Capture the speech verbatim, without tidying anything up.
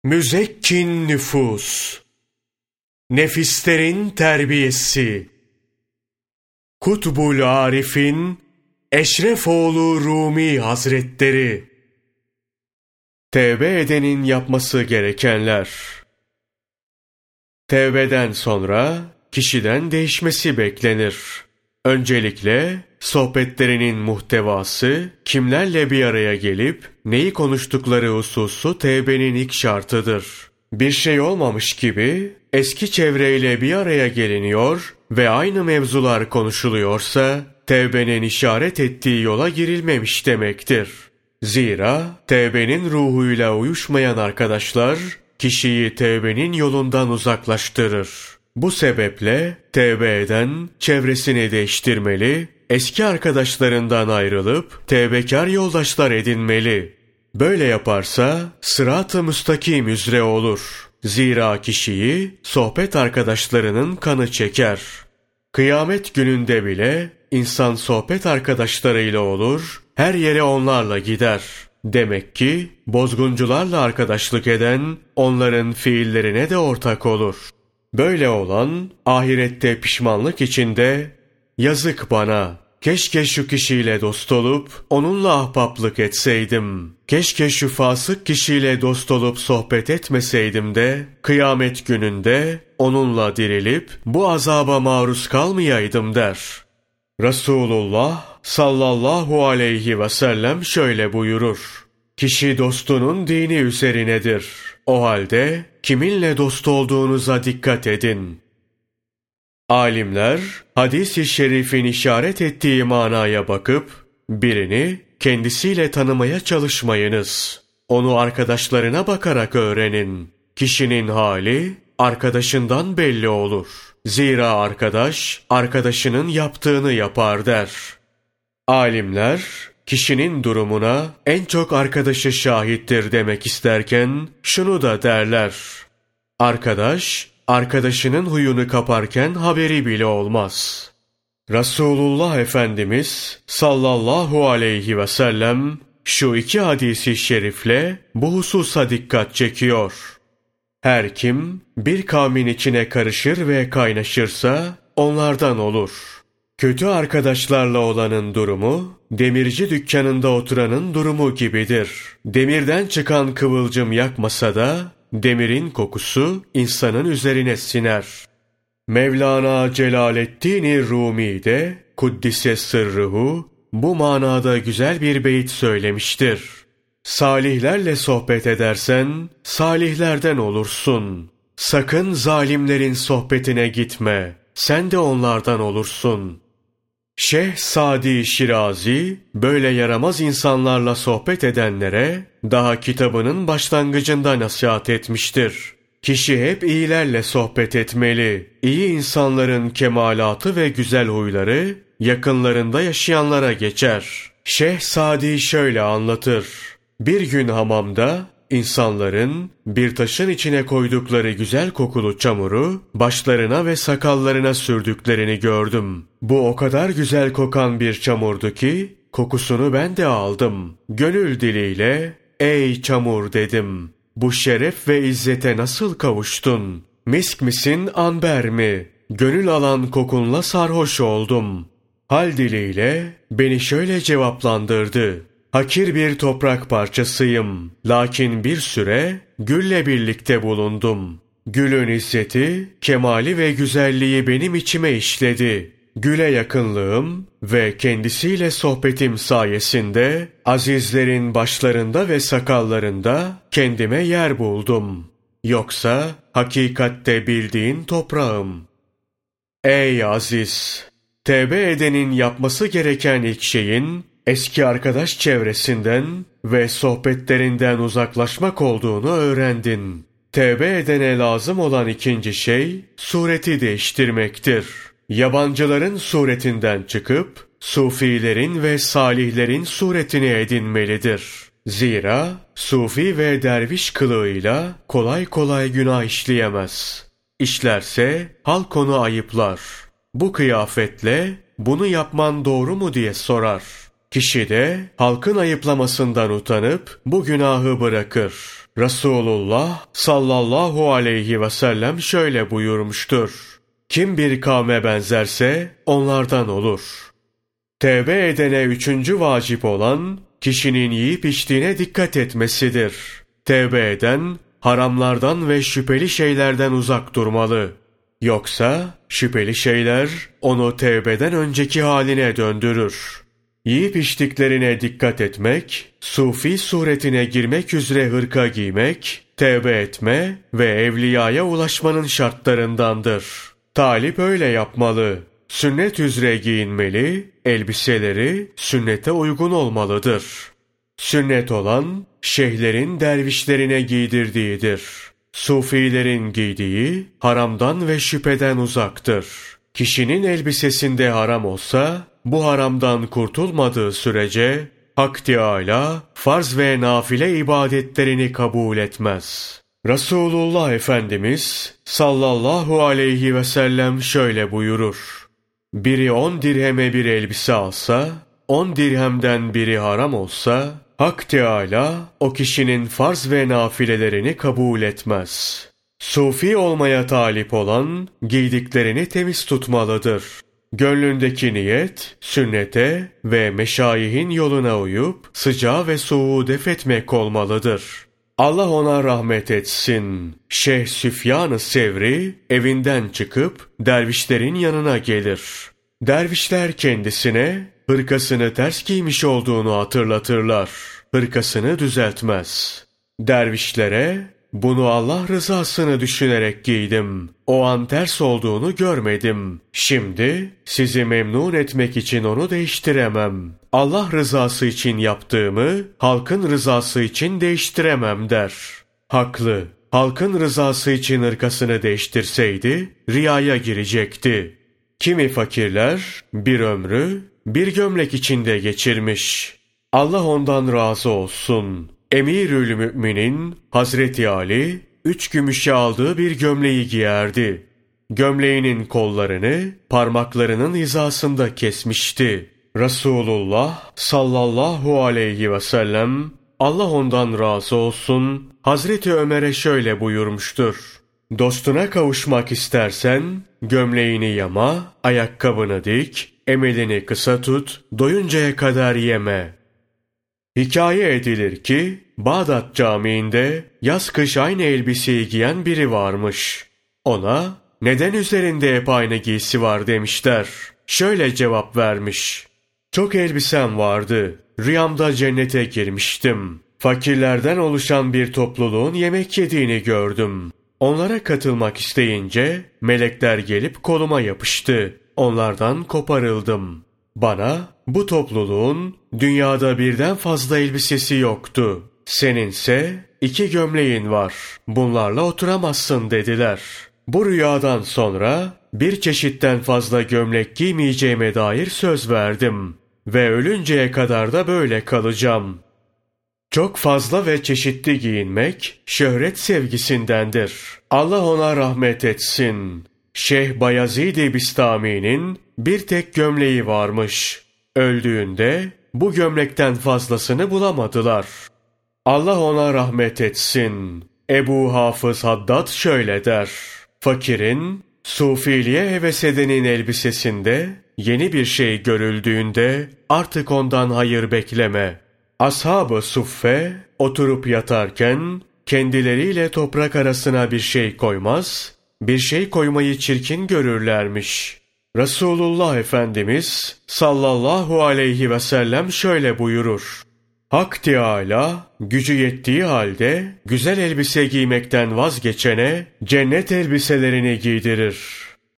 Müzekkin nüfus, nefislerin terbiyesi, Kutbul Arif'in Eşrefoğlu Rumi Hazretleri. Tevbe edenin yapması gerekenler. Tevbeden sonra kişiden değişmesi beklenir. Öncelikle sohbetlerinin muhtevası, kimlerle bir araya gelip neyi konuştukları hususu tevbenin ilk şartıdır. Bir şey olmamış gibi eski çevreyle bir araya geliniyor ve aynı mevzular konuşuluyorsa tevbenin işaret ettiği yola girilmemiş demektir. Zira tevbenin ruhuyla uyuşmayan arkadaşlar kişiyi tevbenin yolundan uzaklaştırır. Bu sebeple tevbe eden çevresini değiştirmeli, eski arkadaşlarından ayrılıp tevbekar yoldaşlar edinmeli. Böyle yaparsa sırat-ı müstakim üzere olur. Zira kişiyi sohbet arkadaşlarının kanı çeker. Kıyamet gününde bile insan sohbet arkadaşlarıyla olur, her yere onlarla gider. Demek ki bozguncularla arkadaşlık eden onların fiillerine de ortak olur. Böyle olan ahirette pişmanlık içinde yazık bana, keşke şu kişiyle dost olup onunla ahbaplık etseydim, keşke şu fasık kişiyle dost olup sohbet etmeseydim de kıyamet gününde onunla dirilip bu azaba maruz kalmayaydım der. Resulullah sallallahu aleyhi ve sellem şöyle buyurur: Kişi dostunun dini üzerinedir. O halde kiminle dost olduğunuza dikkat edin. Alimler hadis-i şerifin işaret ettiği manaya bakıp birini kendisiyle tanımaya çalışmayınız. Onu arkadaşlarına bakarak öğrenin. Kişinin hali arkadaşından belli olur. Zira arkadaş arkadaşının yaptığını yapar der. Alimler kişinin durumuna en çok arkadaşı şahittir demek isterken şunu da derler: Arkadaş, arkadaşının huyunu kaparken haberi bile olmaz. Resulullah Efendimiz sallallahu aleyhi ve sellem şu iki hadisi şerifle bu hususa dikkat çekiyor. Her kim bir kavmin içine karışır ve kaynaşırsa onlardan olur. Kötü arkadaşlarla olanın durumu, demirci dükkanında oturanın durumu gibidir. Demirden çıkan kıvılcım yakmasa da, demirin kokusu insanın üzerine siner. Mevlana Celaleddin Rumi de, Kuddise Sırrıhu, bu manada güzel bir beyit söylemiştir. Salihlerle sohbet edersen, salihlerden olursun. Sakın zalimlerin sohbetine gitme, sen de onlardan olursun. Şeyh Sadi Şirazi böyle yaramaz insanlarla sohbet edenlere daha kitabının başlangıcında nasihat etmiştir. Kişi hep iyilerle sohbet etmeli. İyi insanların kemalatı ve güzel huyları yakınlarında yaşayanlara geçer. Şeyh Sadi şöyle anlatır: Bir gün hamamda İnsanların bir taşın içine koydukları güzel kokulu çamuru başlarına ve sakallarına sürdüklerini gördüm. Bu o kadar güzel kokan bir çamurdu ki kokusunu ben de aldım. Gönül diliyle ey çamur dedim. Bu şeref ve izzete nasıl kavuştun? Misk misin, amber mi? Gönül alan kokunla sarhoş oldum. Hal diliyle beni şöyle cevaplandırdı: Hakir bir toprak parçasıyım. Lakin bir süre gülle birlikte bulundum. Gülün izzeti, kemali ve güzelliği benim içime işledi. Güle yakınlığım ve kendisiyle sohbetim sayesinde azizlerin başlarında ve sakallarında kendime yer buldum. Yoksa hakikatte bildiğin toprağım. Ey aziz! Tevbe edenin yapması gereken ilk şeyin eski arkadaş çevresinden ve sohbetlerinden uzaklaşmak olduğunu öğrendin. Tevbe edene lazım olan ikinci şey, sureti değiştirmektir. Yabancıların suretinden çıkıp, sufilerin ve salihlerin suretini edinmelidir. Zira, sufi ve derviş kılığıyla kolay kolay günah işleyemez. İşlerse, halk onu ayıplar. Bu kıyafetle, bunu yapman doğru mu diye sorar. Kişi de halkın ayıplamasından utanıp bu günahı bırakır. Resulullah sallallahu aleyhi ve sellem şöyle buyurmuştur: Kim bir kavme benzerse onlardan olur. Tevbe edene üçüncü vacip olan, kişinin yiyip içtiğine dikkat etmesidir. Tevbe eden, haramlardan ve şüpheli şeylerden uzak durmalı. Yoksa şüpheli şeyler onu tevbeden önceki haline döndürür. Yiyip içtiklerine dikkat etmek, sufi suretine girmek üzere hırka giymek, tevbe etme ve evliyaya ulaşmanın şartlarındandır. Talip öyle yapmalı. Sünnet üzere giyinmeli, elbiseleri sünnete uygun olmalıdır. Sünnet olan, şeyhlerin dervişlerine giydirdiğidir. Sufilerin giydiği, haramdan ve şüpheden uzaktır. Kişinin elbisesinde haram olsa, bu haramdan kurtulmadığı sürece, Hak Teâlâ, farz ve nafile ibadetlerini kabul etmez. Resulullah Efendimiz sallallahu aleyhi ve sellem şöyle buyurur: Biri on dirheme bir elbise alsa, on dirhemden biri haram olsa, Hak Teâlâ o kişinin farz ve nafilelerini kabul etmez. Sufi olmaya talip olan, giydiklerini temiz tutmalıdır. Gönlündeki niyet, sünnete ve meşayihin yoluna uyup, sıcağı ve soğuğu def etmek olmalıdır. Allah ona rahmet etsin. Şeyh Süfyan-ı Sevri evinden çıkıp dervişlerin yanına gelir. Dervişler kendisine hırkasını ters giymiş olduğunu hatırlatırlar. Hırkasını düzeltmez. Dervişlere bunu Allah rızasını düşünerek giydim. O an ters olduğunu görmedim. Şimdi sizi memnun etmek için onu değiştiremem. Allah rızası için yaptığımı halkın rızası için değiştiremem der. Haklı. Halkın rızası için hırkasını değiştirseydi riyaya girecekti. Kimi fakirler bir ömrü bir gömlek içinde geçirmiş. Allah ondan razı olsun. Emirül Müminin Hazreti Ali üç gümüşe aldığı bir gömleği giyerdi. Gömleğinin kollarını parmaklarının hizasında kesmişti. Resulullah sallallahu aleyhi ve sellem Allah ondan razı olsun Hazreti Ömer'e şöyle buyurmuştur: Dostuna kavuşmak istersen gömleğini yama, ayakkabını dik, emelini kısa tut, doyuncaya kadar yeme. Hikaye edilir ki Bağdat Camii'nde yaz kış aynı elbiseyi giyen biri varmış. Ona neden üzerinde hep aynı giysi var demişler. Şöyle cevap vermiş: Çok elbisem vardı. Rüyamda cennete girmiştim. Fakirlerden oluşan bir topluluğun yemek yediğini gördüm. Onlara katılmak isteyince melekler gelip koluma yapıştı. Onlardan koparıldım. Bana bu topluluğun dünyada birden fazla elbisesi yoktu. Seninse iki gömleğin var. Bunlarla oturamazsın dediler. Bu rüyadan sonra bir çeşitten fazla gömlek giymeyeceğime dair söz verdim. Ve ölünceye kadar da böyle kalacağım. Çok fazla ve çeşitli giyinmek şöhret sevgisindendir. Allah ona rahmet etsin. Şeyh Bayezid-i Bistami'nin bir tek gömleği varmış. Öldüğünde bu gömlekten fazlasını bulamadılar. Allah ona rahmet etsin. Ebu Hafız Haddad şöyle der: Fakirin, sufiliğe heves edenin elbisesinde yeni bir şey görüldüğünde artık ondan hayır bekleme. Ashab-ı Suffe oturup yatarken kendileriyle toprak arasına bir şey koymaz, bir şey koymayı çirkin görürlermiş. Resulullah Efendimiz sallallahu aleyhi ve sellem şöyle buyurur: Hak Teâlâ gücü yettiği halde güzel elbise giymekten vazgeçene cennet elbiselerini giydirir.